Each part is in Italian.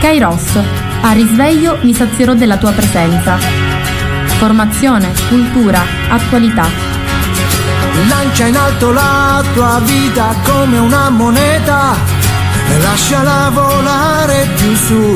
Kairos, a risveglio mi sazierò della tua presenza. Formazione, cultura, attualità. Lancia in alto la tua vita come una moneta e lasciala volare più su.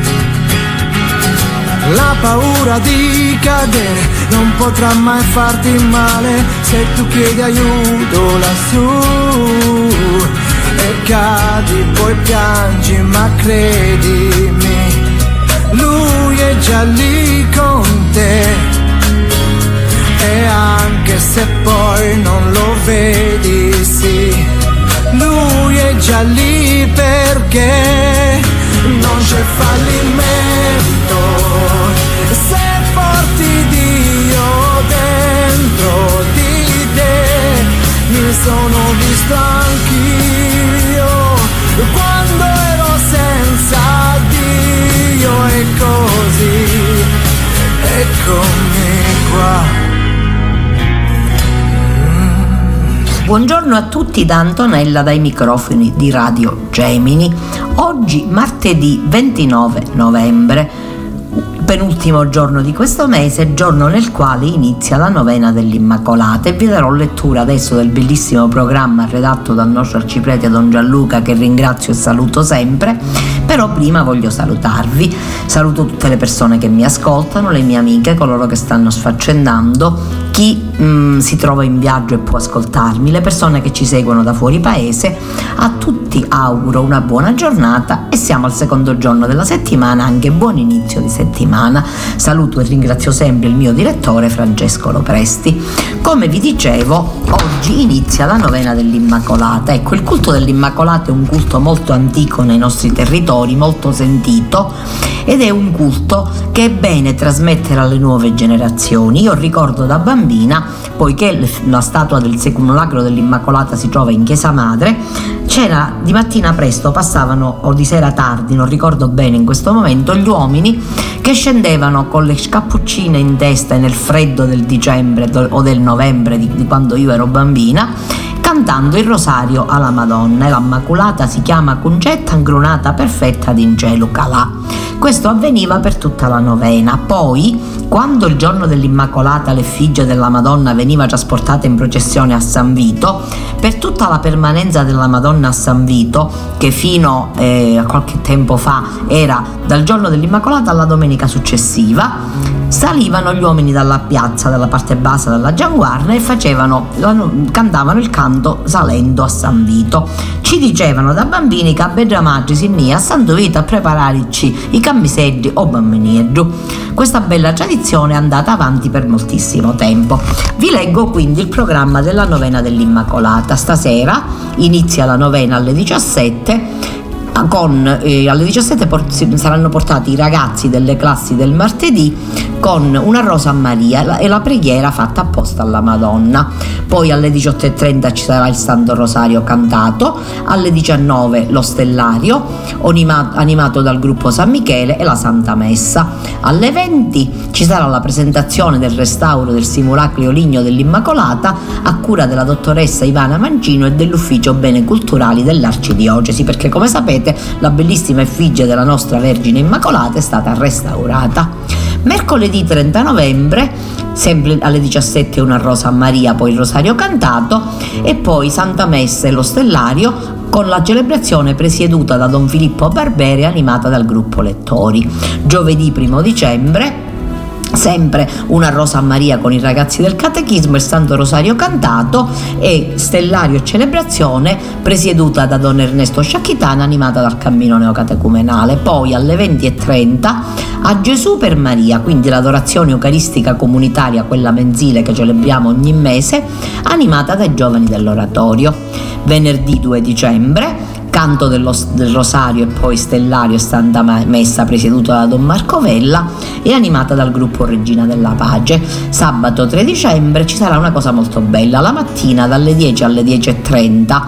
La paura di cadere non potrà mai farti male se tu chiedi aiuto lassù. E cadi, poi piangi, ma credimi, lui è già lì con te. E anche se poi non lo vedi, sì, lui è già lì perché non c'è fallimento se porti Dio dentro di te. Mi sono visto anch'io quando ero senza Dio, e così eccomi qua. Buongiorno a tutti da Antonella dai microfoni di Radio Gemini. Oggi martedì 29 novembre, penultimo giorno di questo mese, giorno nel quale inizia la novena dell'Immacolata, e vi darò lettura adesso del bellissimo programma redatto dal nostro arciprete Don Gianluca, che ringrazio e saluto sempre. Però prima voglio salutarvi. Saluto tutte le persone che mi ascoltano, le mie amiche, coloro che stanno sfaccendando, chi si trova in viaggio e può ascoltarmi, le persone che ci seguono da fuori paese. A tutti auguro una buona giornata e siamo al secondo giorno della settimana, anche buon inizio di settimana. Saluto e ringrazio sempre il mio direttore Francesco Lopresti. Come vi dicevo, oggi inizia la novena dell'Immacolata. Ecco, il culto dell'Immacolata è un culto molto antico nei nostri territori, molto sentito, ed è un culto che è bene trasmettere alle nuove generazioni. Io ricordo da bambina, poiché la statua del simulacro dell'Immacolata si trova in Chiesa Madre, c'era di mattina presto, passavano, o di sera tardi, non ricordo bene in questo momento, gli uomini che scendevano con le scappuccine in testa nel freddo del dicembre o del novembre di quando io ero bambina, cantando il rosario alla Madonna, e l'Immacolata si chiama Concetta Incrunata Perfetta d'in cielo calà. Questo avveniva per tutta la novena. Poi, quando il giorno dell'Immacolata l'effigie della Madonna veniva trasportata in processione a San Vito, per tutta la permanenza della Madonna a San Vito, che fino a qualche tempo fa era dal giorno dell'Immacolata alla domenica successiva, salivano gli uomini dalla piazza, dalla parte bassa della Gianguarna, e cantavano il canto salendo a San Vito. Ci dicevano da bambini che a Beggiamaggi si nia a San Vito a prepararci i cammiseddi o bambinieddu. Questa bella tradizione è andata avanti per moltissimo tempo. Vi leggo quindi il programma della novena dell'Immacolata. Stasera inizia la novena alle 17. Alle 17 saranno portati i ragazzi delle classi del martedì con una rosa a Maria e la preghiera fatta apposta alla Madonna. Poi alle 18:30 ci sarà il Santo Rosario cantato, alle 19 lo Stellario animato dal gruppo San Michele e la Santa Messa. Alle 20 ci sarà la presentazione del restauro del simulacro ligneo dell'Immacolata a cura della dottoressa Ivana Mancino e dell'ufficio Beni Culturali dell'Arcidiocesi, perché come sapete la bellissima effigie della nostra Vergine Immacolata è stata restaurata. Mercoledì 30 novembre, sempre alle 17 una rosa a Maria, poi il rosario cantato, e poi Santa Messa e lo Stellario con la celebrazione presieduta da Don Filippo Barberi e animata dal gruppo Lettori. Giovedì 1 dicembre sempre una rosa a Maria con i ragazzi del catechismo, il Santo Rosario cantato e Stellario e celebrazione presieduta da Don Ernesto Sciacchitana, animata dal cammino neocatecumenale. Poi alle 20:30 a Gesù per Maria, quindi l'adorazione eucaristica comunitaria, quella mensile che celebriamo ogni mese, animata dai giovani dell'oratorio. Venerdì 2 dicembre canto del Rosario e poi Stellario e Santa Messa presieduta da Don Marco Vella e animata dal gruppo Regina della Pace. Sabato 3 dicembre ci sarà una cosa molto bella, la mattina dalle 10 alle 10:30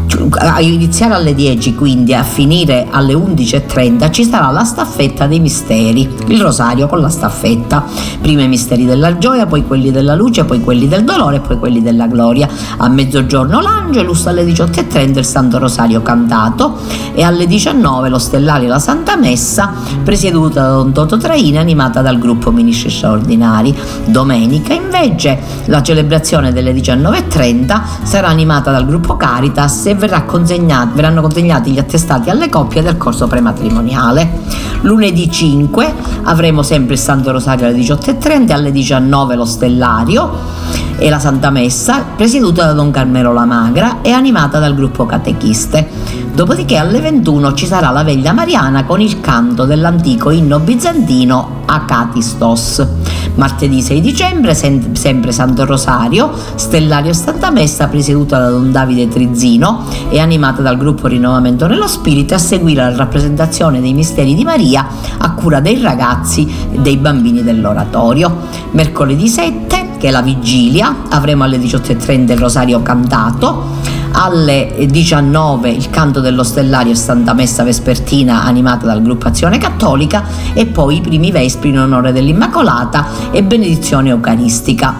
A iniziare alle 10, quindi a finire alle 11:30, ci sarà la staffetta dei misteri, il rosario con la staffetta, prima i misteri della gioia, poi quelli della luce, poi quelli del dolore e poi quelli della gloria. A mezzogiorno l'Angelus, alle 18:30 il Santo Rosario cantato e alle 19 lo Stellario e la Santa Messa presieduta da Don Toto Traini, animata dal gruppo Ministri Straordinari. Domenica invece la celebrazione delle 19:30 sarà animata dal gruppo Caritas e verranno consegnati gli attestati alle coppie del corso prematrimoniale. Lunedì 5 avremo sempre il Santo Rosario alle 18:30, alle 19 lo Stellario e la Santa Messa presieduta da Don Carmelo La Magra e animata dal gruppo Catechiste. Dopodiché alle 21 ci sarà la veglia mariana con il canto dell'antico inno bizantino Akatistos. Martedì 6 dicembre sempre Santo Rosario, Stellario e Santa Messa presieduta da Don Davide Trizzino e animata dal gruppo Rinnovamento nello Spirito, a seguire la rappresentazione dei misteri di Maria a cura dei ragazzi e dei bambini dell'oratorio. Mercoledì 7, che è la vigilia, avremo alle 18:30 il rosario cantato, alle 19 il canto dello Stellario e Santa Messa vespertina animata dal gruppo Azione Cattolica e poi i primi vespri in onore dell'Immacolata e benedizione eucaristica.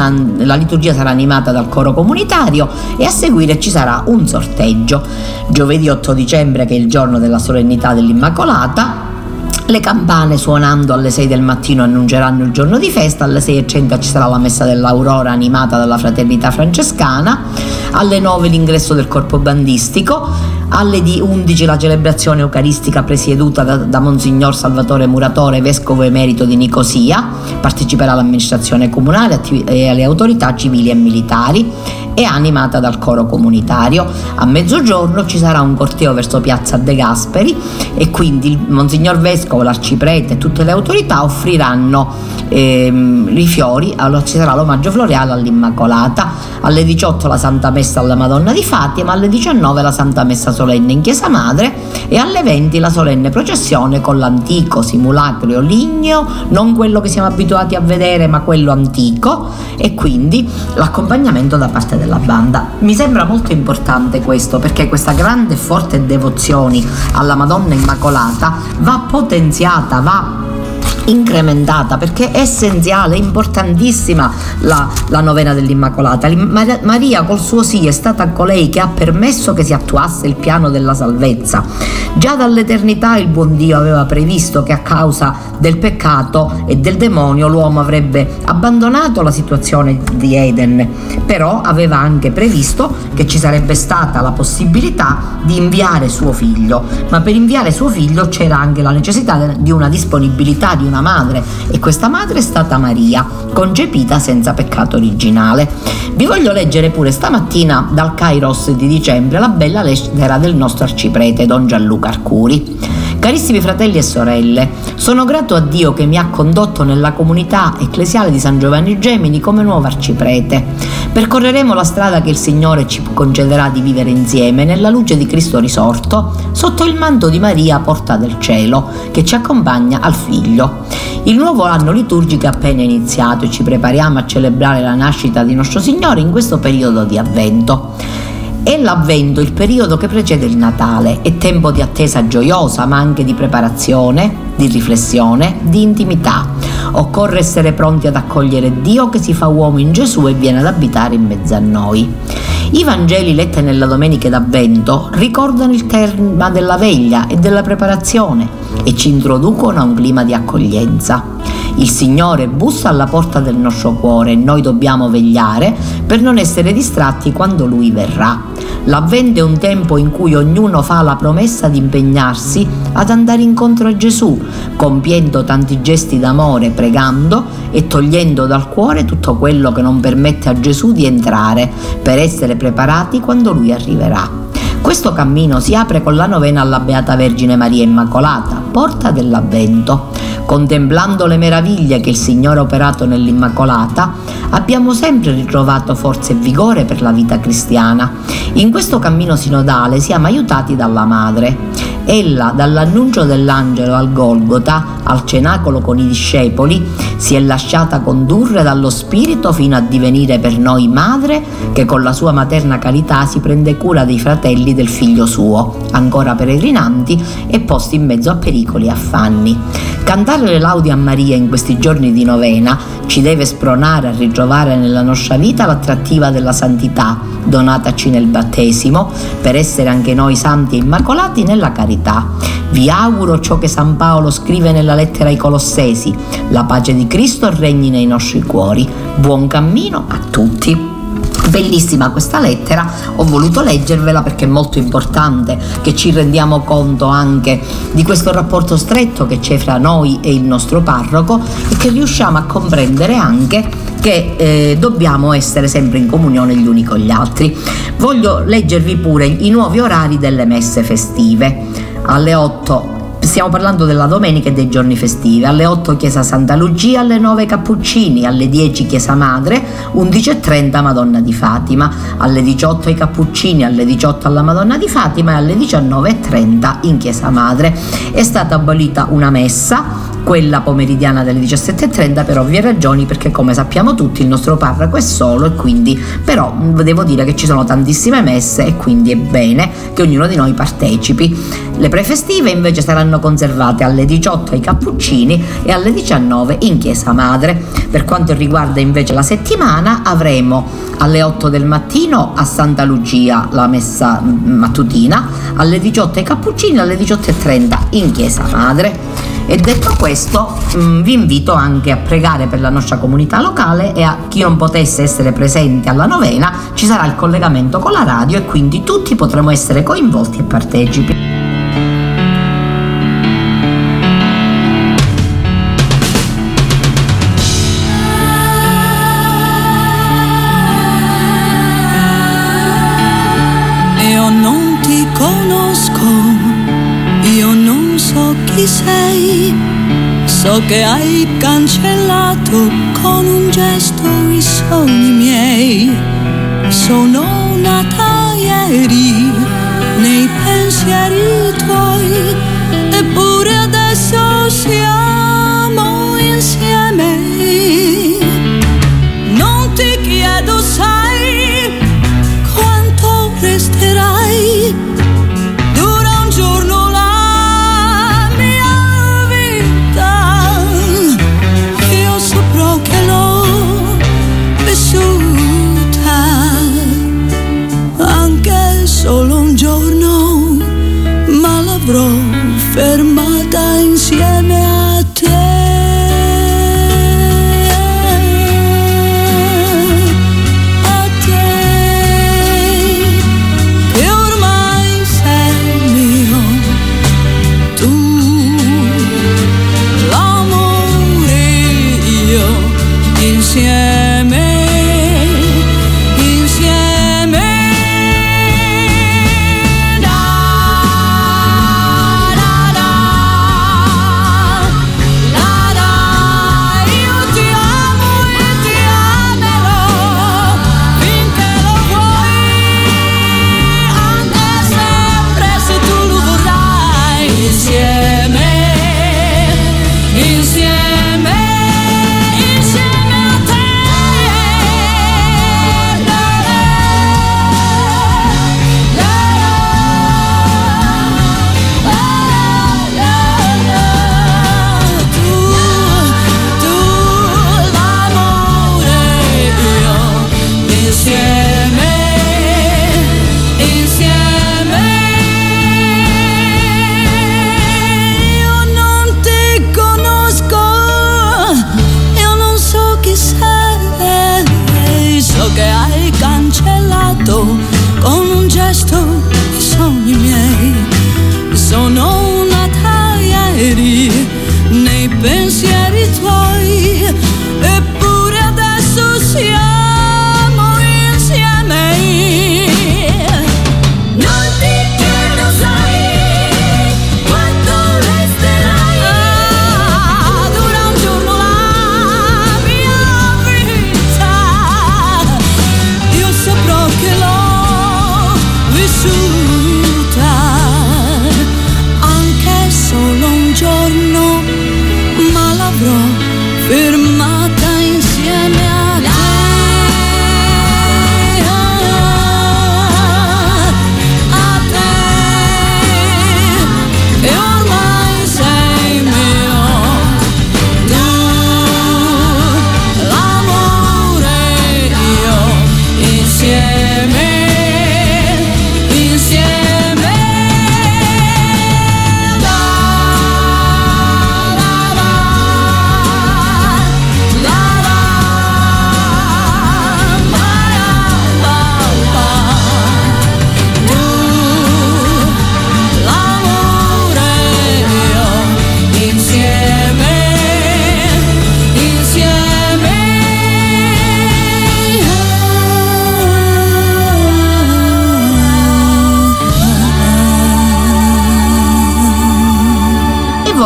La liturgia sarà animata dal coro comunitario e a seguire ci sarà un sorteggio. Giovedì 8 dicembre, che è il giorno della solennità dell'Immacolata, le campane suonando alle 6 del mattino annunceranno il giorno di festa. Alle 6:30 ci sarà la messa dell'Aurora animata dalla Fraternità Francescana, alle 9 l'ingresso del corpo bandistico, alle 11 la celebrazione eucaristica presieduta da Monsignor Salvatore Muratore, vescovo emerito di Nicosia. Parteciperà l'amministrazione comunale e alle autorità civili e militari e animata dal coro comunitario. A mezzogiorno ci sarà un corteo verso Piazza De Gasperi e quindi il Monsignor Vescovo, l'Arciprete e tutte le autorità offriranno i fiori. Allora ci sarà l'omaggio floreale all'Immacolata. Alle 18 la Santa Messa alla Madonna di Fatima, alle 19 la Santa Messa solenne in Chiesa Madre e alle 20 la solenne processione con l'antico simulacro ligneo, non quello che siamo abituati a vedere ma quello antico, e quindi l'accompagnamento da parte della banda. Mi sembra molto importante questo, perché questa grande e forte devozione alla Madonna Immacolata va potenziata, va incrementata, perché è essenziale, è importantissima la novena dell'Immacolata. Maria col suo sì è stata colei che ha permesso che si attuasse il piano della salvezza. Già dall'eternità il buon Dio aveva previsto che a causa del peccato e del demonio l'uomo avrebbe abbandonato la situazione di Eden, però aveva anche previsto che ci sarebbe stata la possibilità di inviare suo figlio, ma per inviare suo figlio c'era anche la necessità di una disponibilità di una madre, e questa madre è stata Maria, concepita senza peccato originale. Vi voglio leggere pure stamattina dal Kairos di dicembre la bella lettera del nostro arciprete Don Gianluca Arcuri. Carissimi fratelli e sorelle, sono grato a Dio che mi ha condotto nella comunità ecclesiale di San Giovanni Gemini come nuovo arciprete. Percorreremo la strada che il Signore ci concederà di vivere insieme nella luce di Cristo risorto, sotto il manto di Maria, porta del cielo, che ci accompagna al Figlio. Il nuovo anno liturgico è appena iniziato e ci prepariamo a celebrare la nascita di nostro Signore in questo periodo di Avvento. È l'Avvento il periodo che precede il Natale, è tempo di attesa gioiosa, ma anche di preparazione, di riflessione, di intimità. Occorre essere pronti ad accogliere Dio che si fa uomo in Gesù e viene ad abitare in mezzo a noi. I Vangeli letti nella domenica d'Avvento ricordano il tema della veglia e della preparazione e ci introducono a un clima di accoglienza. Il Signore bussa alla porta del nostro cuore e noi dobbiamo vegliare per non essere distratti quando Lui verrà. L'Avvento è un tempo in cui ognuno fa la promessa di impegnarsi ad andare incontro a Gesù, compiendo tanti gesti d'amore, pregando e togliendo dal cuore tutto quello che non permette a Gesù di entrare, per essere preparati quando Lui arriverà. Questo cammino si apre con la novena alla Beata Vergine Maria Immacolata, porta dell'Avvento. Contemplando le meraviglie che il Signore ha operato nell'Immacolata, abbiamo sempre ritrovato forza e vigore per la vita cristiana. In questo cammino sinodale siamo aiutati dalla Madre. Ella, dall'annuncio dell'angelo al Golgota, al cenacolo con i discepoli, si è lasciata condurre dallo Spirito fino a divenire per noi madre che con la sua materna carità si prende cura dei fratelli del figlio suo, ancora peregrinanti e posti in mezzo a pericoli e affanni. Cantare le laudi a Maria in questi giorni di novena ci deve spronare a ritrovare nella nostra vita l'attrattiva della santità donataci nel battesimo per essere anche noi santi e immacolati nella carità. Vi auguro ciò che San Paolo scrive nella lettera ai Colossesi: la pace di Cristo regni nei nostri cuori. Buon cammino a tutti. Bellissima questa lettera, ho voluto leggervela perché è molto importante che ci rendiamo conto anche di questo rapporto stretto che c'è fra noi e il nostro parroco e che riusciamo a comprendere anche che dobbiamo essere sempre in comunione gli uni con gli altri. Voglio leggervi pure i nuovi orari delle messe festive. Alle 8 stiamo parlando della domenica e dei giorni festivi. Alle 8 Chiesa Santa Lucia, alle 9 Cappuccini, alle 10 Chiesa Madre, 11:30 Madonna di Fatima, alle 18 i Cappuccini, alle 18 alla Madonna di Fatima e alle 19:30 in Chiesa Madre. È stata abolita una messa, quella pomeridiana delle 17:30 per ovvie ragioni, perché come sappiamo tutti il nostro parroco è solo e quindi però devo dire che ci sono tantissime messe e quindi è bene che ognuno di noi partecipi. Le prefestive invece saranno conservate alle 18 ai Cappuccini e alle 19 in Chiesa Madre. Per quanto riguarda invece la settimana, avremo alle 8 del mattino a Santa Lucia la messa mattutina, alle 18 ai Cappuccini e alle 18:30 in Chiesa Madre. E detto questo, vi invito anche a pregare per la nostra comunità locale e a chi non potesse essere presente alla novena ci sarà il collegamento con la radio e quindi tutti potremo essere coinvolti e partecipi. Io non ti conosco, io non so chi sei, so che hai cancellato con un gesto i sogni miei. Sono nata ieri nei pensieri tuoi, eppure adesso siamo insieme. Non ti chiedo, sai, quanto resterai. Dura un giorno la mia vita, io saprò che l'ho vissuta, anche solo un giorno, ma l'avrò fermata insieme a te. Yeah.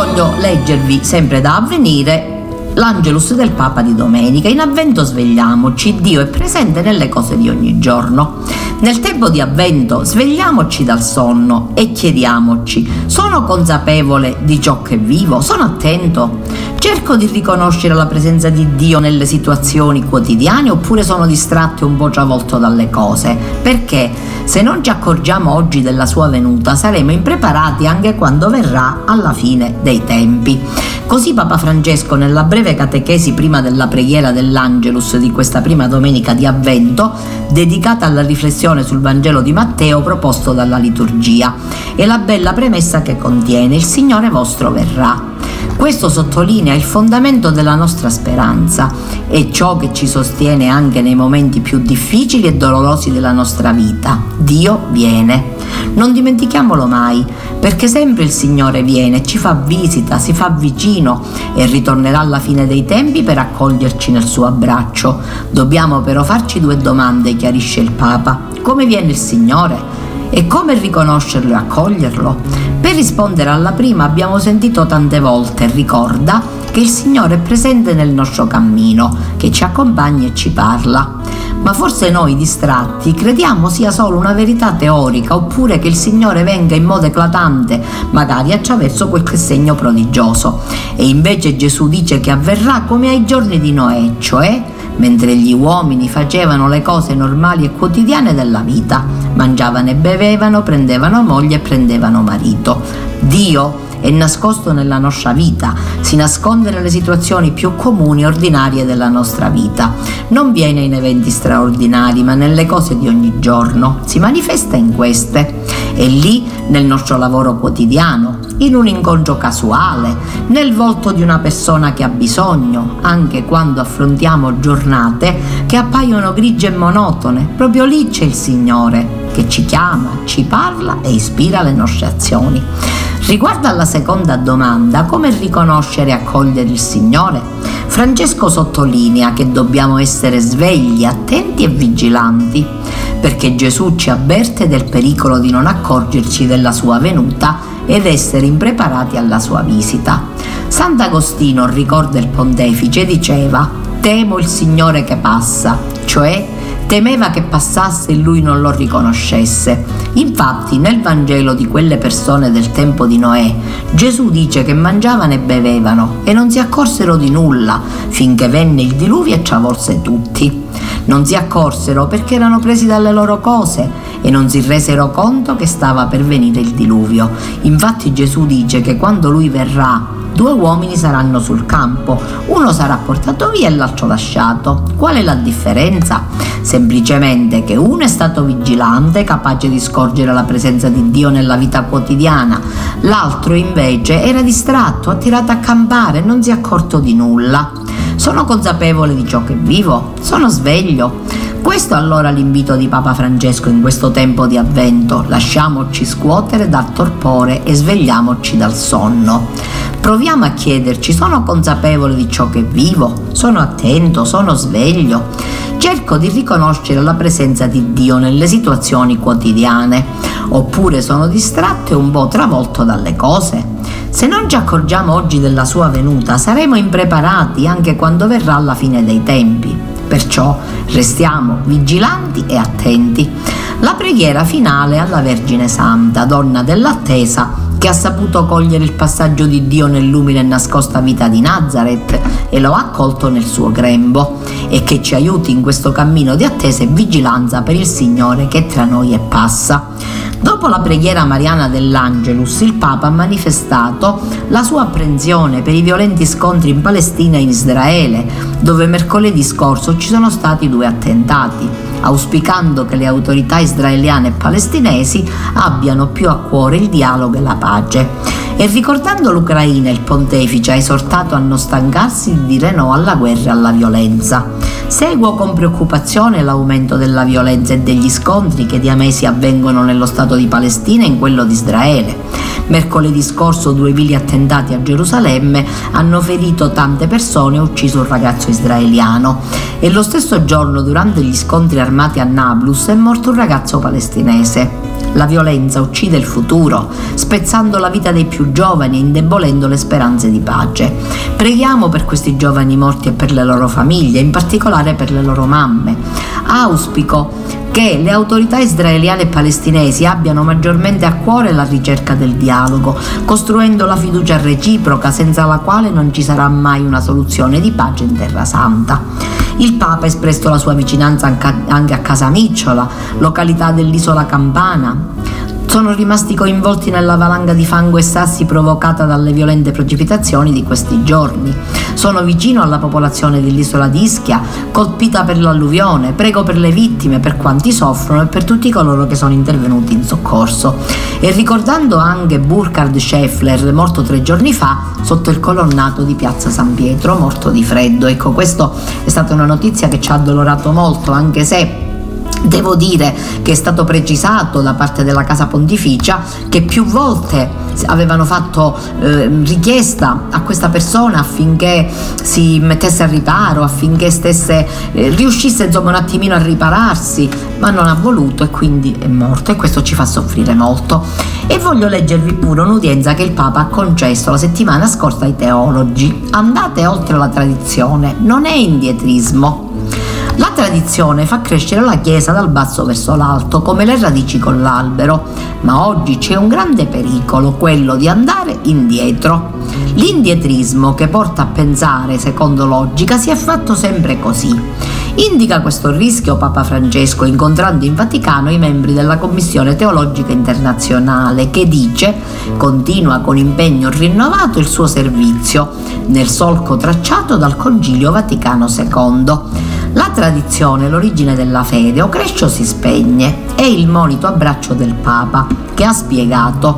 voglio leggervi sempre da Avvenire l'Angelus del Papa di domenica. In Avvento svegliamoci, Dio è presente nelle cose di ogni giorno. Nel tempo di Avvento svegliamoci dal sonno e chiediamoci: sono consapevole di ciò che vivo? Sono attento? Cerco di riconoscere la presenza di Dio nelle situazioni quotidiane oppure sono distratto e un po' travolto dalle cose? Perché se non ci accorgiamo oggi della sua venuta saremo impreparati anche quando verrà alla fine dei tempi. Così Papa Francesco, nella breve catechesi prima della preghiera dell'Angelus di questa prima domenica di Avvento, dedicata alla riflessione sul Vangelo di Matteo proposto dalla liturgia, e la bella premessa che contiene: il Signore vostro verrà. Questo sottolinea il fondamento della nostra speranza e ciò che ci sostiene anche nei momenti più difficili e dolorosi della nostra vita. Dio viene. Non dimentichiamolo mai, perché sempre il Signore viene, ci fa visita, si fa vicino e ritornerà alla fine dei tempi per accoglierci nel suo abbraccio. Dobbiamo però farci due domande, chiarisce il Papa. Come viene il Signore? E come riconoscerlo e accoglierlo? Per rispondere alla prima abbiamo sentito tante volte: ricorda che il Signore è presente nel nostro cammino, che ci accompagna e ci parla. Ma forse noi distratti crediamo sia solo una verità teorica, oppure che il Signore venga in modo eclatante, magari attraverso qualche segno prodigioso. E invece Gesù dice che avverrà come ai giorni di Noè, cioè mentre gli uomini facevano le cose normali e quotidiane della vita, mangiavano e bevevano, prendevano moglie e prendevano marito. Dio è nascosto nella nostra vita, si nasconde nelle situazioni più comuni e ordinarie della nostra vita. Non viene in eventi straordinari, ma nelle cose di ogni giorno. Si manifesta in queste. È lì nel nostro lavoro quotidiano, in un incontro casuale, nel volto di una persona che ha bisogno, anche quando affrontiamo giornate che appaiono grigie e monotone. Proprio lì c'è il Signore che ci chiama, ci parla e ispira le nostre azioni. Riguardo alla seconda domanda, come riconoscere e accogliere il Signore, Francesco sottolinea che dobbiamo essere svegli, attenti e vigilanti, perché Gesù ci avverte del pericolo di non accorgerci della sua venuta ed essere impreparati alla sua visita. Sant'Agostino, ricorda il pontefice, diceva: temo il Signore che passa, cioè temeva che passasse e lui non lo riconoscesse. Infatti nel Vangelo di quelle persone del tempo di Noè, Gesù dice che mangiavano e bevevano e non si accorsero di nulla finché venne il diluvio e ci avvolse tutti. Non si accorsero perché erano presi dalle loro cose e non si resero conto che stava per venire il diluvio. Infatti Gesù dice che quando lui verrà, due uomini saranno sul campo, uno sarà portato via e l'altro lasciato. Qual è la differenza? Semplicemente che uno è stato vigilante, capace di scorgere la presenza di Dio nella vita quotidiana, l'altro invece era distratto, attirato a campare e non si è accorto di nulla. Sono consapevole di ciò che vivo? Sono sveglio? Questo allora l'invito di Papa Francesco in questo tempo di Avvento: lasciamoci scuotere dal torpore e svegliamoci dal sonno. Proviamo a chiederci: sono consapevole di ciò che vivo? Sono attento? Sono sveglio? Cerco di riconoscere la presenza di Dio nelle situazioni quotidiane, oppure sono distratto e un po' travolto dalle cose? Se non ci accorgiamo oggi della sua venuta, saremo impreparati anche quando verrà alla fine dei tempi. Perciò restiamo vigilanti e attenti. La preghiera finale alla Vergine Santa, donna dell'attesa, che ha saputo cogliere il passaggio di Dio nell'umile e nascosta vita di Nazareth e lo ha accolto nel suo grembo, e che ci aiuti in questo cammino di attesa e vigilanza per il Signore che tra noi è passa. Dopo la preghiera mariana dell'Angelus, il Papa ha manifestato la sua apprensione per i violenti scontri in Palestina e in Israele, dove mercoledì scorso ci sono stati 2 attentati, auspicando che le autorità israeliane e palestinesi abbiano più a cuore il dialogo e la pace. E ricordando l'Ucraina, il pontefice ha esortato a non stancarsi di dire no alla guerra e alla violenza. Seguo con preoccupazione l'aumento della violenza e degli scontri che da mesi avvengono nello Stato di Palestina e in quello di Israele. Mercoledì scorso 2 vili attentati a Gerusalemme hanno ferito tante persone e ucciso un ragazzo israeliano. E lo stesso giorno, durante gli scontri armati a Nablus, è morto un ragazzo palestinese. La violenza uccide il futuro, spezzando la vita dei più giovani e indebolendo le speranze di pace. Preghiamo per questi giovani morti e per le loro famiglie, in particolare per le loro mamme. Auspico che le autorità israeliane e palestinesi abbiano maggiormente a cuore la ricerca del dialogo, costruendo la fiducia reciproca senza la quale non ci sarà mai una soluzione di pace in Terra Santa. Il Papa ha espresso la sua vicinanza anche a Casamicciola, località dell'isola Campana. Sono rimasti coinvolti nella valanga di fango e sassi provocata dalle violente precipitazioni di questi giorni. Sono vicino alla popolazione dell'isola di Ischia, colpita per l'alluvione. Prego per le vittime, per quanti soffrono e per tutti coloro che sono intervenuti in soccorso. E ricordando anche Burkhard Scheffler, morto 3 giorni fa sotto il colonnato di Piazza San Pietro, morto di freddo. Ecco, questa è stata una notizia che ci ha addolorato molto, anche se devo dire che è stato precisato da parte della Casa Pontificia che più volte avevano fatto richiesta a questa persona affinché si mettesse a riparo, affinché riuscisse insomma un attimino a ripararsi, ma non ha voluto e quindi è morto, e questo ci fa soffrire molto. E voglio leggervi pure un'udienza che il Papa ha concesso la settimana scorsa ai teologi. Andate oltre la tradizione, non è indietrismo. La tradizione fa crescere la Chiesa dal basso verso l'alto, come le radici con l'albero, ma oggi c'è un grande pericolo, quello di andare indietro. L'indietrismo, che porta a pensare secondo logica, si è fatto sempre così. Indica questo rischio Papa Francesco incontrando in Vaticano i membri della Commissione Teologica Internazionale, che dice continua con impegno rinnovato il suo servizio nel solco tracciato dal Concilio Vaticano II. La tradizione, l'origine della fede, o cresce o si spegne, è il monito abbraccio del Papa, che ha spiegato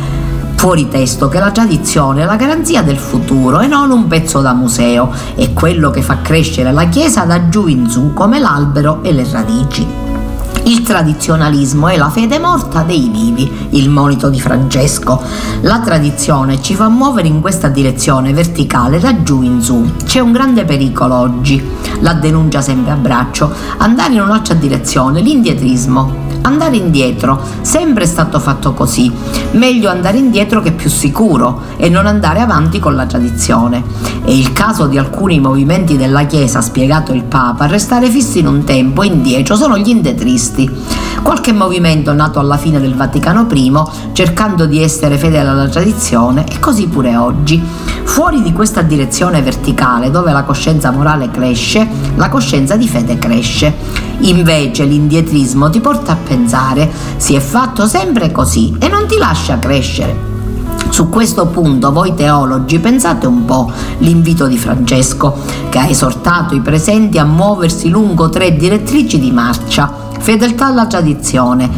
fuori testo che la tradizione è la garanzia del futuro e non un pezzo da museo, è quello che fa crescere la Chiesa da giù in su come l'albero e le radici. Il tradizionalismo è la fede morta dei vivi, il monito di Francesco. La tradizione ci fa muovere in questa direzione verticale da giù in su. C'è un grande pericolo oggi, la denuncia sempre a braccio, andare in un'altra direzione, l'indietrismo. Andare indietro, sempre è stato fatto così, meglio andare indietro che più sicuro e non andare avanti con la tradizione. È il caso di alcuni movimenti della Chiesa, ha spiegato il Papa, restare fissi in un tempo indietro sono gli indietristi. Qualche movimento nato alla fine del Vaticano I, cercando di essere fedele alla tradizione, e così pure oggi. Fuori di questa direzione verticale, dove la coscienza morale cresce, la coscienza di fede cresce. Invece l'indietrismo ti porta a pensare, si è fatto sempre così, e non ti lascia crescere. Su questo punto voi teologi pensate un po' l'invito di Francesco, che ha esortato i presenti a muoversi lungo 3 direttrici di marcia: fedeltà alla tradizione,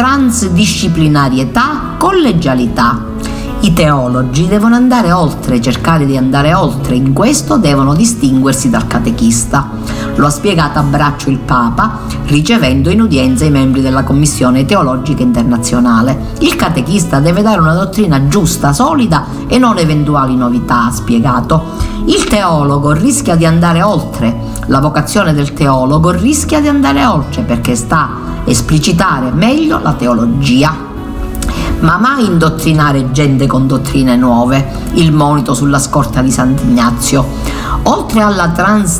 transdisciplinarietà, collegialità. I teologi devono andare oltre, cercare di andare oltre, in questo devono distinguersi dal catechista. Lo ha spiegato a braccio il Papa, ricevendo in udienza i membri della Commissione Teologica Internazionale. Il catechista deve dare una dottrina giusta, solida e non eventuali novità, ha spiegato. Il teologo rischia di andare oltre, la vocazione del teologo rischia di andare oltre perché sta a esplicitare meglio la teologia. Ma mai indottrinare gente con dottrine nuove, il monito sulla scorta di Sant'Ignazio. Oltre alla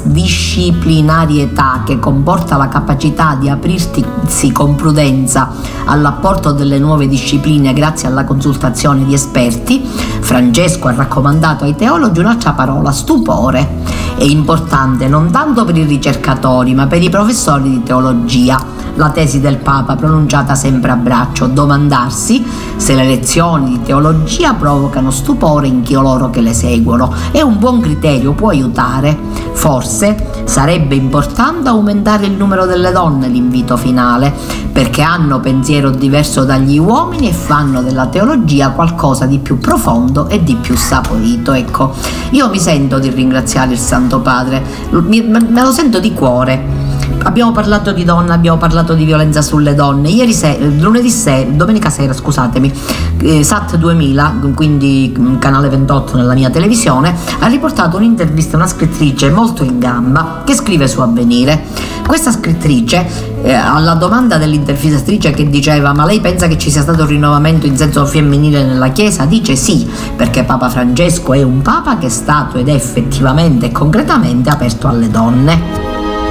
transdisciplinarietà, che comporta la capacità di aprirsi con prudenza all'apporto delle nuove discipline grazie alla consultazione di esperti, Francesco ha raccomandato ai teologi un'altra parola: stupore. È importante non tanto per i ricercatori ma per i professori di teologia. La tesi del Papa, pronunciata sempre a braccio: domandarsi se le lezioni di teologia provocano stupore in coloro che le seguono. È un buon criterio, può aiutare. Forse sarebbe importante aumentare il numero delle donne, l'invito finale, perché hanno pensiero diverso dagli uomini e fanno della teologia qualcosa di più profondo e di più saporito. Ecco, io mi sento di ringraziare il Santo Padre, me lo sento di cuore, Abbiamo parlato di donna, abbiamo parlato di violenza sulle donne. Domenica sera, scusatemi, Sat 2000, quindi canale 28 nella mia televisione, ha riportato un'intervista a una scrittrice molto in gamba che scrive su Avvenire. Questa scrittrice, alla domanda dell'intervistatrice che diceva: ma lei pensa che ci sia stato un rinnovamento in senso femminile nella Chiesa? Dice sì, perché Papa Francesco è un Papa che è stato ed è effettivamente e concretamente aperto alle donne.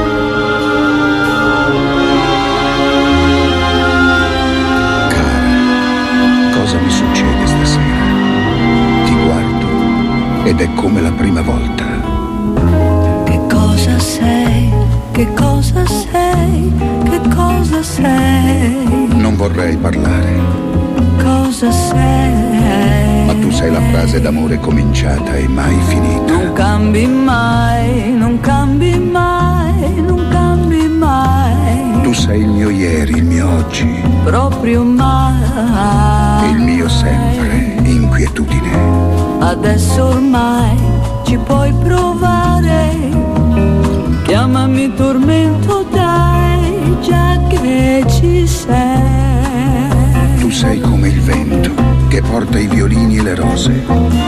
Ed è come la prima volta. Che cosa sei? Che cosa sei? Che cosa sei? Non vorrei parlare. Cosa sei? Ma tu sei la frase d'amore cominciata e mai finita. Non cambi mai, non cambi mai, non cambi mai. Tu sei il mio ieri, il mio oggi. Proprio mai. Il mio sempre, inquietudine. Adesso ormai ci puoi provare, chiamami tormento dai, già che ci sei. Tu sei come il vento che porta i violini e le rose.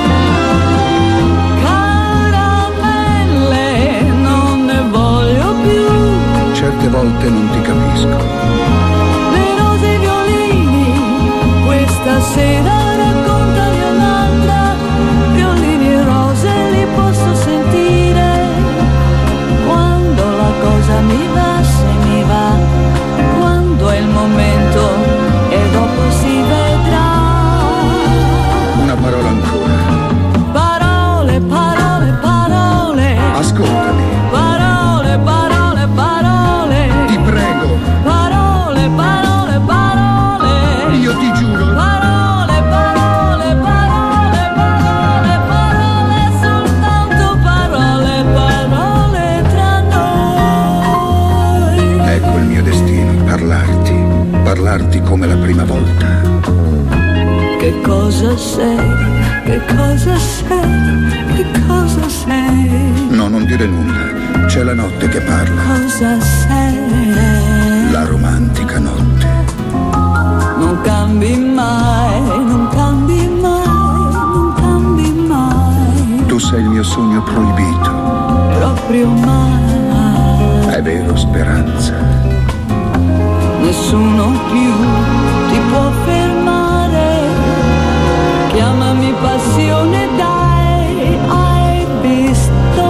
Caramelle, non ne voglio più. Certe volte non ti capisco. Le rose e i violini, questa sera mi va, se mi va, quando è il momento e dopo si vedrà. Una parola ancora. Parole, parole, parole. Ascoltami. Parole, parole, parole. Ti prego. Parole, parole, parole. Io ti giuro. Parole, parole, parole, parole, parole, soltanto parole, parole tra noi. Ecco il mio destino, parlarti come la prima volta. Che cosa sei? Che cosa sei? Che cosa sei? No, non dire nulla, c'è la notte che parla. Cosa sei? La romantica notte. Non cambi mai, non cambi mai, non cambi mai. Tu sei il mio sogno proibito. Proprio mai. È vero, Speranza. Nessuno più ti può fermare. Chiamami passione, dai, hai visto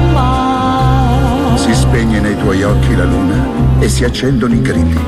mai? Si spegne nei tuoi occhi la luna e si accendono i grilli.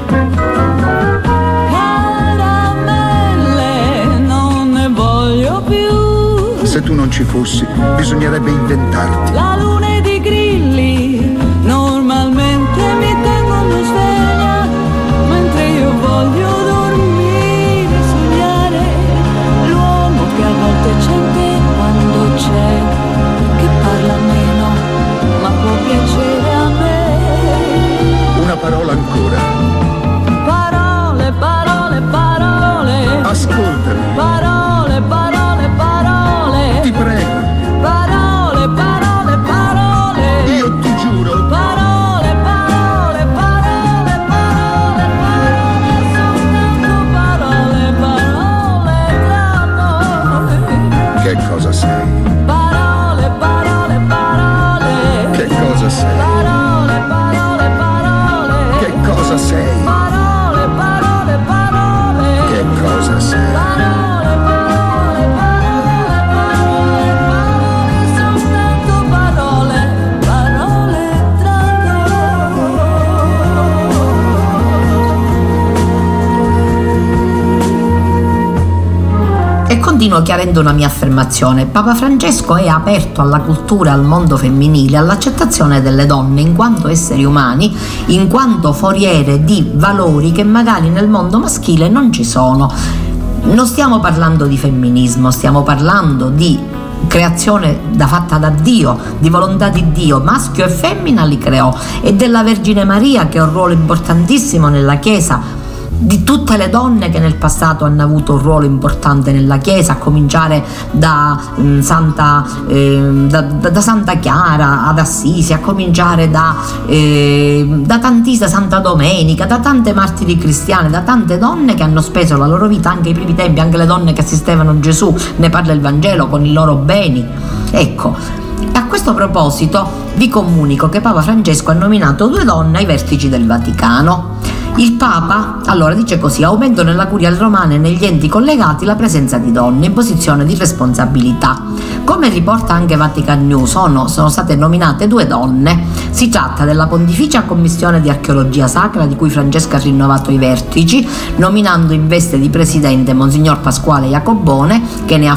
Caramelle, non ne voglio più. Se tu non ci fossi, bisognerebbe inventarti. La luna ed i grilli normalmente mi tengono sveglia, mentre io voglio dormire, sognare l'uomo che a volte c'è in te quando c'è, che parla meno ma può piacere a me. Una parola ancora. Parole, parole, parole. Ascoltami. Parole, parole, parole. Ti prego. Parole, parole, parole. Io ti giuro. Parole, parole, parole, parole, parole, soltanto parole, parole tra noi. Che cosa sei? Parole, parole, parole. Che cosa sei? Parole, parole, parole. Che cosa sei? Parole, parole, parole. Che cosa sei? Parole, parole, parole, parole, parole, soltanto parole, parole tra E continuo chiarendo una mia affermazione. Papa Francesco è aperto alla cultura e al mondo femminile, all'accettazione delle donne in quanto esseri umani, in quanto foriere di valori che magari nel mondo maschile non ci sono. Non stiamo parlando di femminismo, stiamo parlando di creazione fatta da Dio, di volontà di Dio, maschio e femmina li creò, e della Vergine Maria che ha un ruolo importantissimo nella Chiesa di tutte le donne che nel passato hanno avuto un ruolo importante nella Chiesa, a cominciare da Santa Chiara ad Assisi, a cominciare da tantissima Santa Domenica, da tante martiri cristiane, da tante donne che hanno speso la loro vita anche ai primi tempi, anche le donne che assistevano Gesù, ne parla il Vangelo, con i loro beni. Ecco, a questo proposito vi comunico che Papa Francesco ha nominato 2 donne ai vertici del Vaticano. Il Papa allora dice così: aumento nella curia romana e negli enti collegati la presenza di donne in posizione di responsabilità. Come riporta anche Vatican News, sono state nominate 2 donne. Si tratta della Pontificia Commissione di Archeologia Sacra, di cui Francesco ha rinnovato i vertici, nominando in veste di presidente Monsignor Pasquale Iacobone, che ne era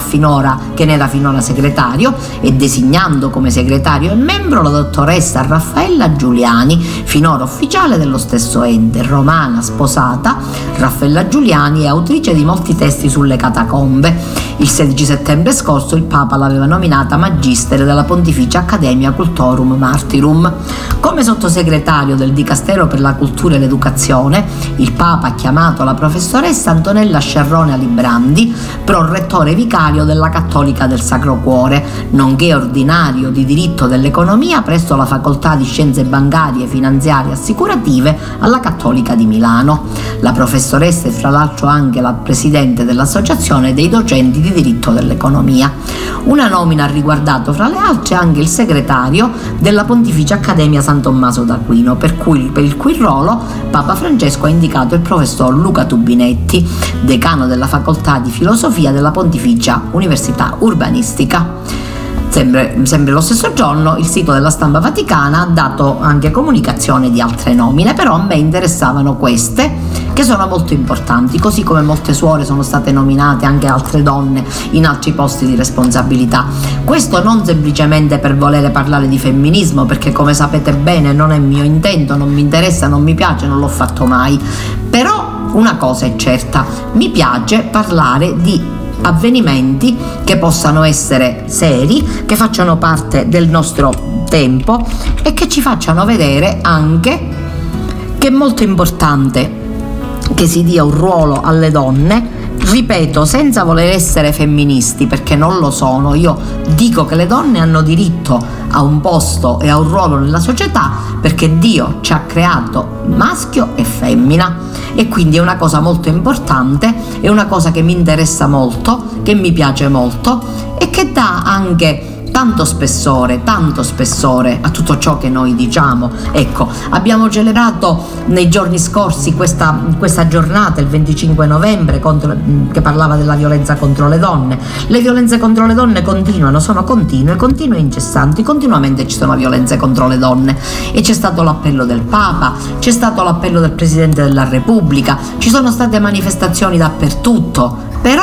finora segretario, e designando come segretario e membro la dottoressa Raffaella Giuliani, finora ufficiale dello stesso ente. Romana, sposata, Raffaella Giuliani è autrice di molti testi sulle catacombe. Il 16 settembre scorso il Papa l'aveva nominata Maggistere della Pontificia Accademia Cultorum Martyrum. Come sottosegretario del Dicastero per la Cultura e l'Educazione, il Papa ha chiamato la professoressa Antonella Sciarrone Alibrandi, prorettore vicario della Cattolica del Sacro Cuore, nonché ordinario di diritto dell'economia presso la Facoltà di Scienze Bancarie, Finanziarie e Assicurative alla Cattolica di Milano. La professoressa è fra l'altro anche la presidente dell'Associazione dei docenti di diritto dell'economia. Una nomina ha riguardato fra le altre anche il segretario della Pontificia Accademia San Tommaso d'Aquino, per il cui ruolo Papa Francesco ha indicato il professor Luca Tubinetti, decano della Facoltà di Filosofia della Pontificia Università Urbanistica. Sempre lo stesso giorno il sito della Stampa Vaticana ha dato anche comunicazione di altre nomine, però a me interessavano queste, che sono molto importanti, così come molte suore sono state nominate, anche altre donne in altri posti di responsabilità. Questo non semplicemente per volere parlare di femminismo, perché come sapete bene non è mio intento, non mi interessa, non mi piace, non l'ho fatto mai, però una cosa è certa: mi piace parlare di avvenimenti che possano essere seri, che facciano parte del nostro tempo e che ci facciano vedere anche che è molto importante che si dia un ruolo alle donne, ripeto, senza voler essere femministi, perché non lo sono. Io dico che le donne hanno diritto a un posto e a un ruolo nella società, perché Dio ci ha creato maschio e femmina, e quindi è una cosa molto importante, è una cosa che mi interessa molto, che mi piace molto e che dà anche tanto spessore a tutto ciò che noi diciamo. Ecco, abbiamo celebrato nei giorni scorsi questa giornata, il 25 novembre, che parlava della violenza contro le donne. Le violenze contro le donne sono continue e incessanti, continuamente ci sono violenze contro le donne, e c'è stato l'appello del Papa, c'è stato l'appello del Presidente della Repubblica, ci sono state manifestazioni dappertutto,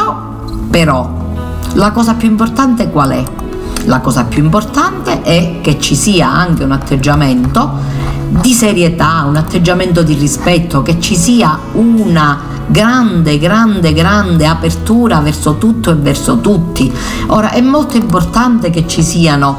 però la cosa più importante qual è? La cosa più importante è che ci sia anche un atteggiamento di serietà, un atteggiamento di rispetto, che ci sia una grande apertura verso tutto e verso tutti. Ora, è molto importante che ci siano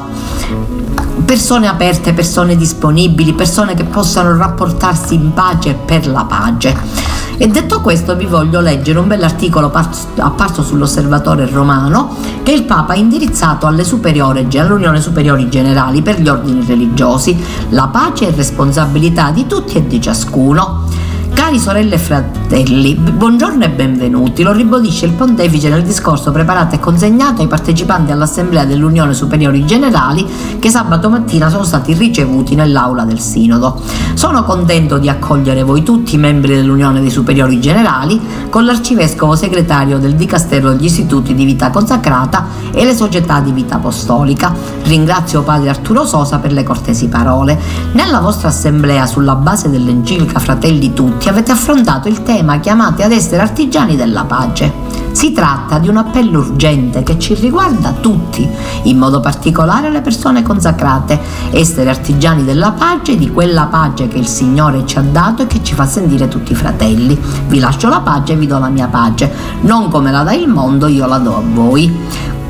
persone aperte, persone disponibili, persone che possano rapportarsi in pace per la pace. E detto questo, vi voglio leggere un bell'articolo apparso sull'Osservatore Romano, che il Papa ha indirizzato all'Unione Superiori Generali per gli ordini religiosi. La pace è responsabilità di tutti e di ciascuno. Cari sorelle e fratelli, buongiorno e benvenuti, lo ribadisce il Pontefice nel discorso preparato e consegnato ai partecipanti all'Assemblea dell'Unione Superiori Generali, che sabato mattina sono stati ricevuti nell'aula del Sinodo. Sono contento di accogliere voi tutti, membri dell'Unione dei Superiori Generali, con l'Arcivescovo segretario del Dicastero degli Istituti di Vita Consacrata e le Società di Vita Apostolica. Ringrazio Padre Arturo Sosa per le cortesi parole. Nella vostra Assemblea, sulla base dell'Enciclica Fratelli Tutti, avete affrontato il tema chiamati ad essere artigiani della pace. Si tratta di un appello urgente che ci riguarda tutti, in modo particolare le persone consacrate, essere artigiani della pace, di quella pace che il Signore ci ha dato e che ci fa sentire tutti fratelli. Vi lascio la pace e vi do la mia pace, non come la dà il mondo, io la do a voi.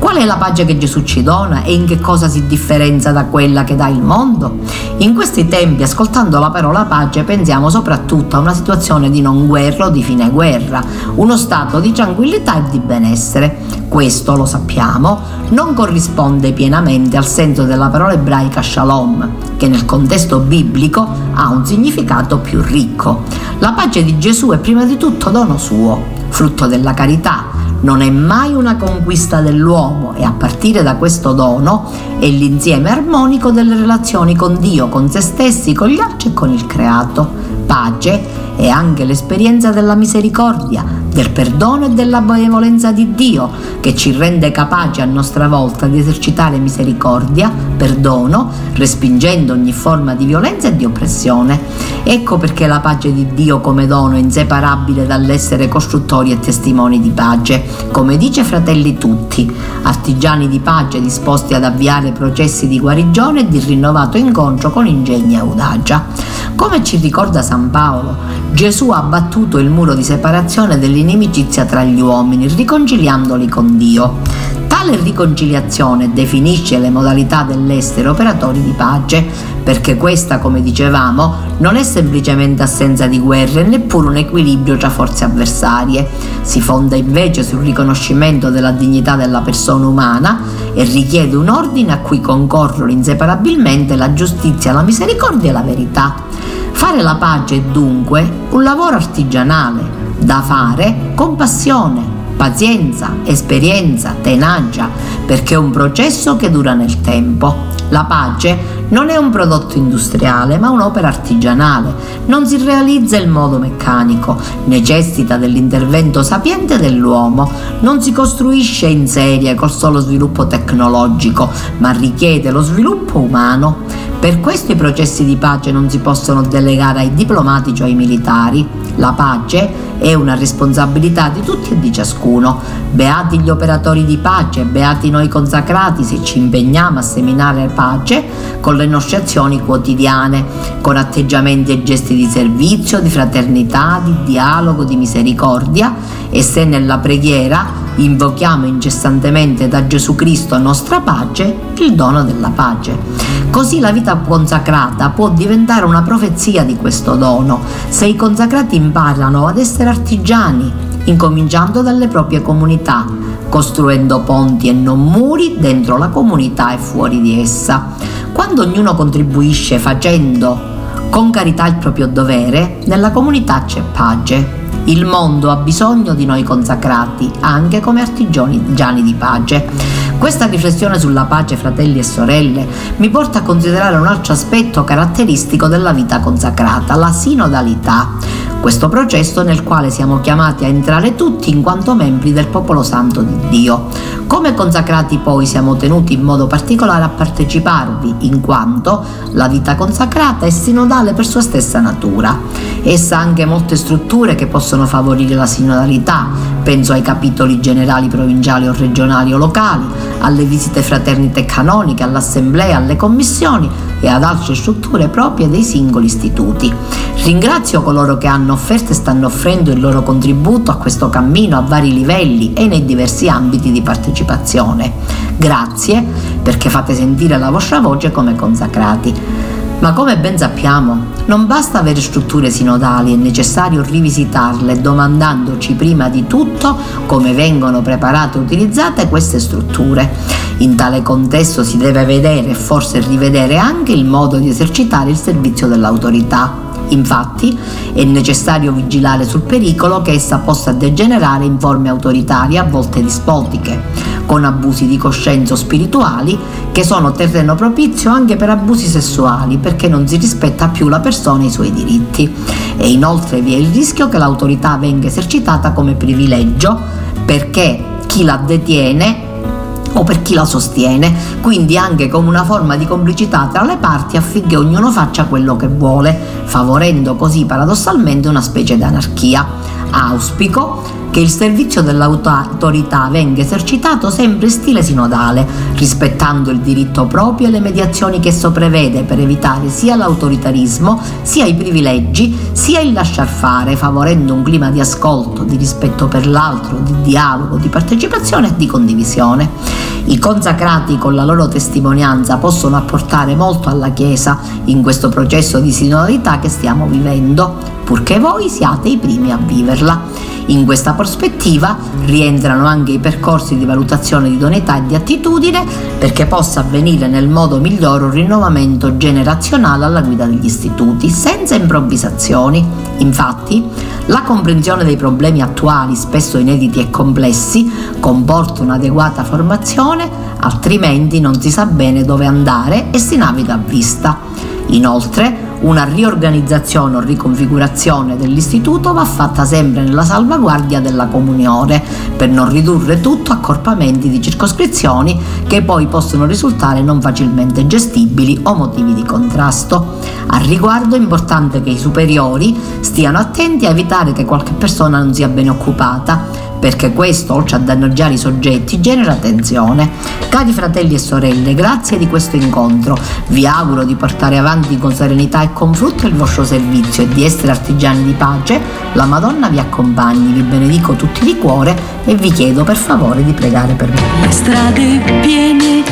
Qual è la pace che Gesù ci dona e in che cosa si differenzia da quella che dà il mondo? In questi tempi, ascoltando la parola pace, pensiamo soprattutto a una situazione di non guerra o di fine guerra, uno stato di tranquillità e di benessere. Questo, lo sappiamo, non corrisponde pienamente al senso della parola ebraica shalom, che nel contesto biblico ha un significato più ricco. La pace di Gesù è prima di tutto dono suo, frutto della carità. Non è mai una conquista dell'uomo e a partire da questo dono è l'insieme armonico delle relazioni con Dio, con se stessi, con gli altri e con il creato. Pace è anche l'esperienza della misericordia, del perdono e della benevolenza di Dio, che ci rende capaci a nostra volta di esercitare misericordia, perdono, respingendo ogni forma di violenza e di oppressione. Ecco perché la pace di Dio come dono è inseparabile dall'essere costruttori e testimoni di pace. Come dice Fratelli Tutti, artigiani di pace disposti ad avviare processi di guarigione e di rinnovato incontro con ingegno e audacia. Come ci ricorda San Paolo, Gesù ha abbattuto il muro di separazione dell'inimicizia tra gli uomini, riconciliandoli con Dio. Tale riconciliazione definisce le modalità dell'essere operatori di pace, perché questa, come dicevamo, non è semplicemente assenza di guerre, neppure un equilibrio tra forze avversarie. Si fonda invece sul riconoscimento della dignità della persona umana e richiede un ordine a cui concorrono inseparabilmente la giustizia, la misericordia e la verità. Fare la pace è dunque un lavoro artigianale, da fare con passione, pazienza, esperienza, tenacia, perché è un processo che dura nel tempo. La pace non è un prodotto industriale, ma un'opera artigianale. Non si realizza in modo meccanico, necessita dell'intervento sapiente dell'uomo. Non si costruisce in serie col solo sviluppo tecnologico, ma richiede lo sviluppo umano. Per questo i processi di pace non si possono delegare ai diplomatici o ai militari. La pace è una responsabilità di tutti e di ciascuno. Beati gli operatori di pace, beati noi consacrati se ci impegniamo a seminare pace con le nostre azioni quotidiane, con atteggiamenti e gesti di servizio, di fraternità, di dialogo, di misericordia, e se nella preghiera invochiamo incessantemente da Gesù Cristo nostra pace, il dono della pace. Così la vita consacrata può diventare una profezia di questo dono, se i consacrati imparano ad essere artigiani, incominciando dalle proprie comunità, costruendo ponti e non muri dentro la comunità e fuori di essa. Quando ognuno contribuisce facendo con carità il proprio dovere, nella comunità c'è pace. Il mondo ha bisogno di noi consacrati, anche come artigiani di pace. Questa riflessione sulla pace, fratelli e sorelle, mi porta a considerare un altro aspetto caratteristico della vita consacrata, la sinodalità. Questo processo nel quale siamo chiamati a entrare tutti in quanto membri del popolo santo di Dio. Come consacrati poi siamo tenuti in modo particolare a parteciparvi, in quanto la vita consacrata è sinodale per sua stessa natura. Essa ha anche molte strutture che possono favorire la sinodalità. Penso ai capitoli generali provinciali o regionali o locali, alle visite fraternite e canoniche, all'assemblea, alle commissioni e ad altre strutture proprie dei singoli istituti. Ringrazio coloro che hanno offerto e stanno offrendo il loro contributo a questo cammino a vari livelli e nei diversi ambiti di partecipazione. Grazie perché fate sentire la vostra voce come consacrati. Ma come ben sappiamo, non basta avere strutture sinodali, è necessario rivisitarle domandandoci prima di tutto come vengono preparate e utilizzate queste strutture. In tale contesto si deve vedere e forse rivedere anche il modo di esercitare il servizio dell'autorità. Infatti è necessario vigilare sul pericolo che essa possa degenerare in forme autoritarie, a volte dispotiche, con abusi di coscienza o spirituali che sono terreno propizio anche per abusi sessuali, perché non si rispetta più la persona e i suoi diritti. E inoltre vi è il rischio che l'autorità venga esercitata come privilegio perché chi la detiene o per chi la sostiene, quindi anche come una forma di complicità tra le parti affinché ognuno faccia quello che vuole, favorendo così paradossalmente una specie di anarchia. Auspico che il servizio dell'autorità venga esercitato sempre in stile sinodale, rispettando il diritto proprio e le mediazioni che esso prevede per evitare sia l'autoritarismo, sia i privilegi, sia il lasciar fare, favorendo un clima di ascolto, di rispetto per l'altro, di dialogo, di partecipazione e di condivisione. I consacrati con la loro testimonianza possono apportare molto alla Chiesa in questo processo di sinodalità che stiamo vivendo, purché voi siate i primi a viverla. In questa prospettiva rientrano anche i percorsi di valutazione di idoneità e di attitudine, perché possa avvenire nel modo migliore un rinnovamento generazionale alla guida degli istituti, senza improvvisazioni. Infatti, la comprensione dei problemi attuali, spesso inediti e complessi, comporta un'adeguata formazione, altrimenti non si sa bene dove andare e si naviga a vista. Inoltre, una riorganizzazione o riconfigurazione dell'istituto va fatta sempre nella salvaguardia della comunione, per non ridurre tutto a accorpamenti di circoscrizioni che poi possono risultare non facilmente gestibili o motivi di contrasto. Al riguardo è importante che i superiori stiano attenti a evitare che qualche persona non sia ben occupata, perché questo, oltre a danneggiare i soggetti, genera tensione. Cari fratelli e sorelle, grazie di questo incontro. Vi auguro di portare avanti con serenità e con frutto il vostro servizio e di essere artigiani di pace. La Madonna vi accompagni, vi benedico tutti di cuore e vi chiedo per favore di pregare per me. Le strade piene,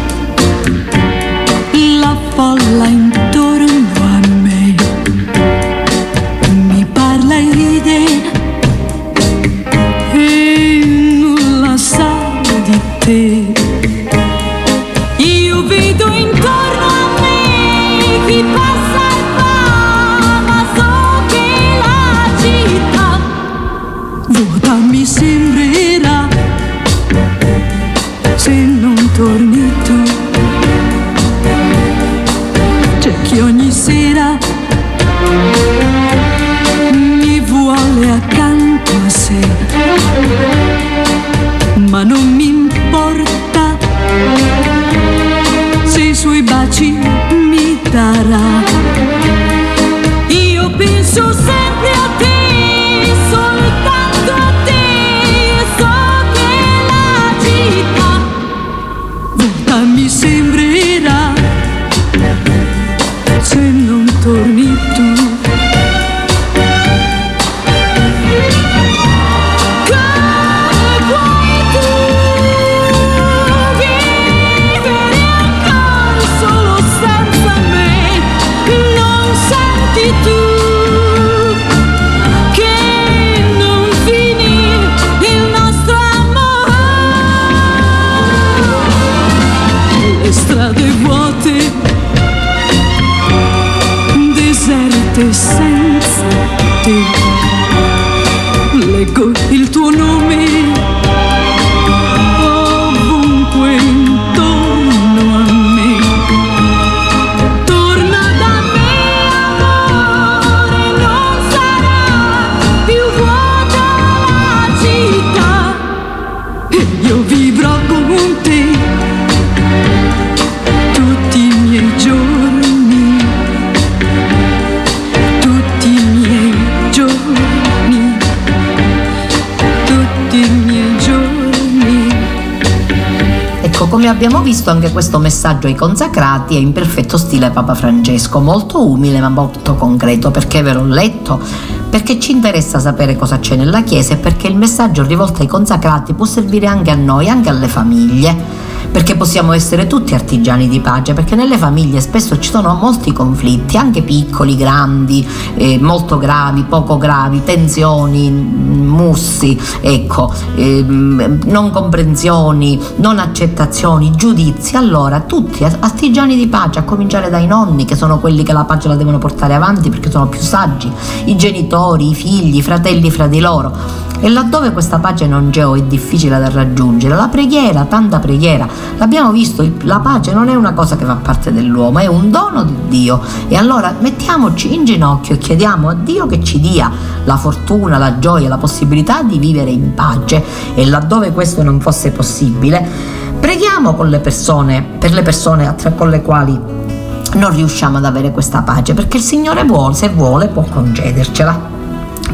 la folla intorno a me, mi parla e ride e nulla sa di te. Io vedo intorno a me chi passa e va, ma so che la città vuota mi sembrerà se non torni tu. C'è chi ogni sera mi vuole accanto a sé, ma non mi importa se i suoi baci mi darà. Io penso sempre a te, soltanto a te, e so che la città vuota mi sembrerà se non torni tu. Senza te leggo il tuo nome ovunque intorno a me. Torna da me, amore, non sarà più vuota la città e io vivrò con te tutti i miei giorni. Come abbiamo visto, anche questo messaggio ai consacrati è in perfetto stile Papa Francesco, molto umile ma molto concreto, perché ve l'ho letto, perché ci interessa sapere cosa c'è nella Chiesa e perché il messaggio rivolto ai consacrati può servire anche a noi, anche alle famiglie, perché possiamo essere tutti artigiani di pace, perché nelle famiglie spesso ci sono molti conflitti, anche piccoli, grandi, molto gravi, poco gravi, tensioni, mussi, ecco, non comprensioni, non accettazioni, giudizi. Allora tutti artigiani di pace, a cominciare dai nonni, che sono quelli che la pace la devono portare avanti perché sono più saggi, i genitori, i figli, i fratelli fra di loro. E laddove questa pace non c'è o è difficile da raggiungere, la preghiera, tanta preghiera. L'abbiamo visto, la pace non è una cosa che fa parte dell'uomo, è un dono di Dio. E allora mettiamoci in ginocchio e chiediamo a Dio che ci dia la fortuna, la gioia, la possibilità di vivere in pace. E laddove questo non fosse possibile, preghiamo con le persone, per le persone con le quali non riusciamo ad avere questa pace, perché il Signore vuole, se vuole, può concedercela.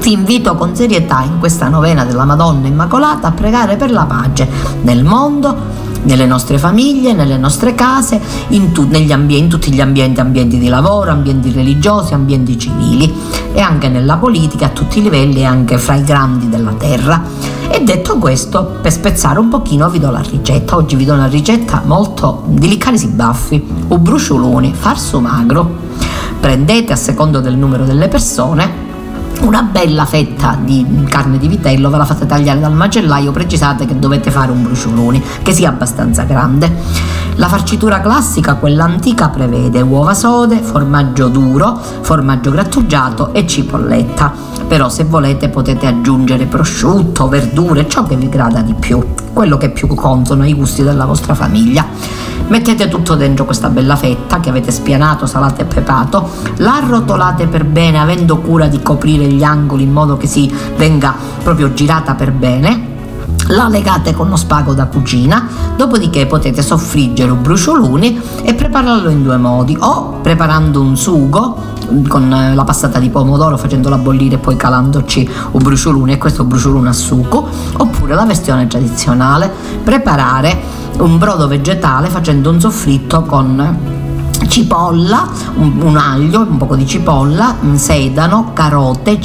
Vi invito con serietà in questa novena della Madonna Immacolata a pregare per la pace nel mondo, nelle nostre famiglie, nelle nostre case, in tutti gli ambienti di lavoro, ambienti religiosi, ambienti civili e anche nella politica a tutti i livelli e anche fra i grandi della terra. E detto questo, per spezzare un pochino vi do la ricetta. Oggi vi do una ricetta molto di liccarisi baffi, o brucioloni, farso magro. Prendete, a secondo del numero delle persone, una bella fetta di carne di vitello, ve la fate tagliare dal macellaio, precisate che dovete fare un brucioloni che sia abbastanza grande. La farcitura classica, quella antica, prevede uova sode, formaggio duro, formaggio grattugiato e cipolletta, però se volete potete aggiungere prosciutto, verdure, ciò che vi grada di più, quello che è più consono ai gusti della vostra famiglia. Mettete tutto dentro questa bella fetta che avete spianato, salato e pepato, la arrotolate per bene avendo cura di coprire gli angoli in modo che si venga proprio girata per bene, la legate con uno spago da cucina, dopodiché potete soffriggere un brucioloni e prepararlo in due modi, o preparando un sugo con la passata di pomodoro, facendola bollire e poi calandoci un bruciolone, e questo bruciolone a sugo, oppure la versione tradizionale, preparare un brodo vegetale facendo un soffritto con cipolla, un aglio, un poco di cipolla, sedano, carote,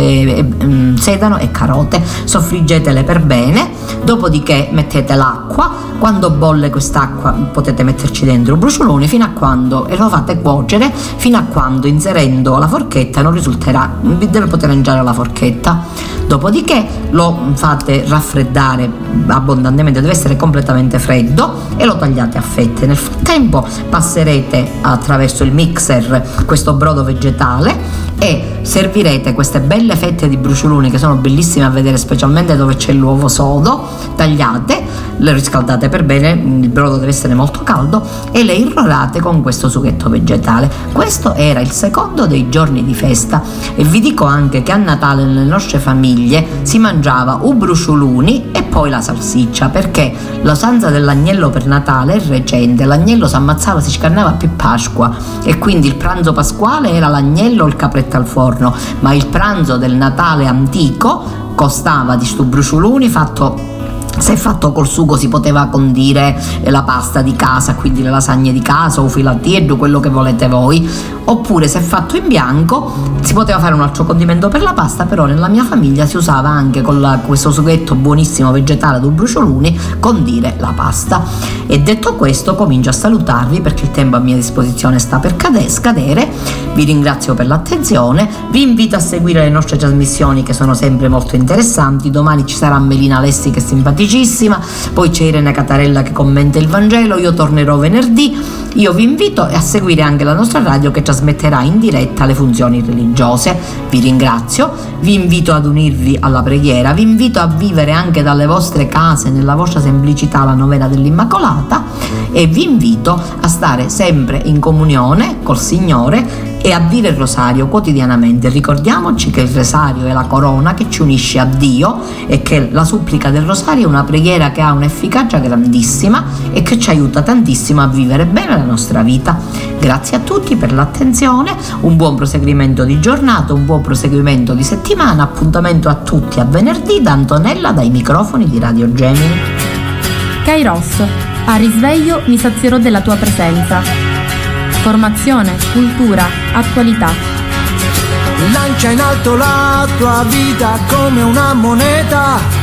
sedano e carote, soffriggetele per bene, dopodiché mettete l'acqua. Quando bolle quest'acqua potete metterci dentro i brucioloni fino a quando, e lo fate cuocere fino a quando, inserendo la forchetta, non risulterà, vi deve poter mangiare la forchetta. Dopodiché lo fate raffreddare abbondantemente, deve essere completamente freddo, e lo tagliate a fette. Nel frattempo passerete attraverso il mixer questo brodo vegetale e servirete queste belle fette di brucioloni che sono bellissime a vedere, specialmente dove c'è l'uovo sodo, tagliate, le riscaldate per bene, il brodo deve essere molto caldo, e le irrorate con questo sughetto vegetale. Questo era il secondo dei giorni di festa, e vi dico anche che a Natale nelle nostre famiglie si mangiava u brucioloni e poi la salsiccia, perché l'usanza dell'agnello per Natale è recente. L'agnello si ammazzava, si scarnava più Pasqua, e quindi il pranzo pasquale era l'agnello o il capretto al forno, ma il pranzo del Natale antico costava di stu brucioloni fatto. Se fatto col sugo si poteva condire la pasta di casa, quindi le lasagne di casa o filatiello, quello che volete voi, oppure se fatto in bianco si poteva fare un altro condimento per la pasta, però nella mia famiglia si usava anche con questo sughetto buonissimo vegetale dei brucioloni condire la pasta. E detto questo comincio a salutarvi perché il tempo a mia disposizione sta per scadere. Vi ringrazio per l'attenzione, vi invito a seguire le nostre trasmissioni che sono sempre molto interessanti. Domani ci sarà Melina Lessi che è simpaticissima, poi c'è Irene Catarella che commenta il Vangelo, io tornerò venerdì. Io vi invito a seguire anche la nostra radio che trasmetterà in diretta le funzioni religiose. Vi ringrazio, vi invito ad unirvi alla preghiera, vi invito a vivere anche dalle vostre case, nella vostra semplicità, la novena dell'Immacolata, e vi invito a stare sempre in comunione col Signore e a dire il rosario quotidianamente. Ricordiamoci che il rosario è la corona che ci unisce a Dio, e che la supplica del rosario è una preghiera che ha un'efficacia grandissima e che ci aiuta tantissimo a vivere bene la nostra vita. Grazie a tutti per l'attenzione, un buon proseguimento di giornata, un buon proseguimento di settimana. Appuntamento a tutti a venerdì da Antonella dai microfoni di Radio Gemini. Kairos, a risveglio mi sazierò della tua presenza. Formazione, cultura, attualità. Lancia in alto la tua vita come una moneta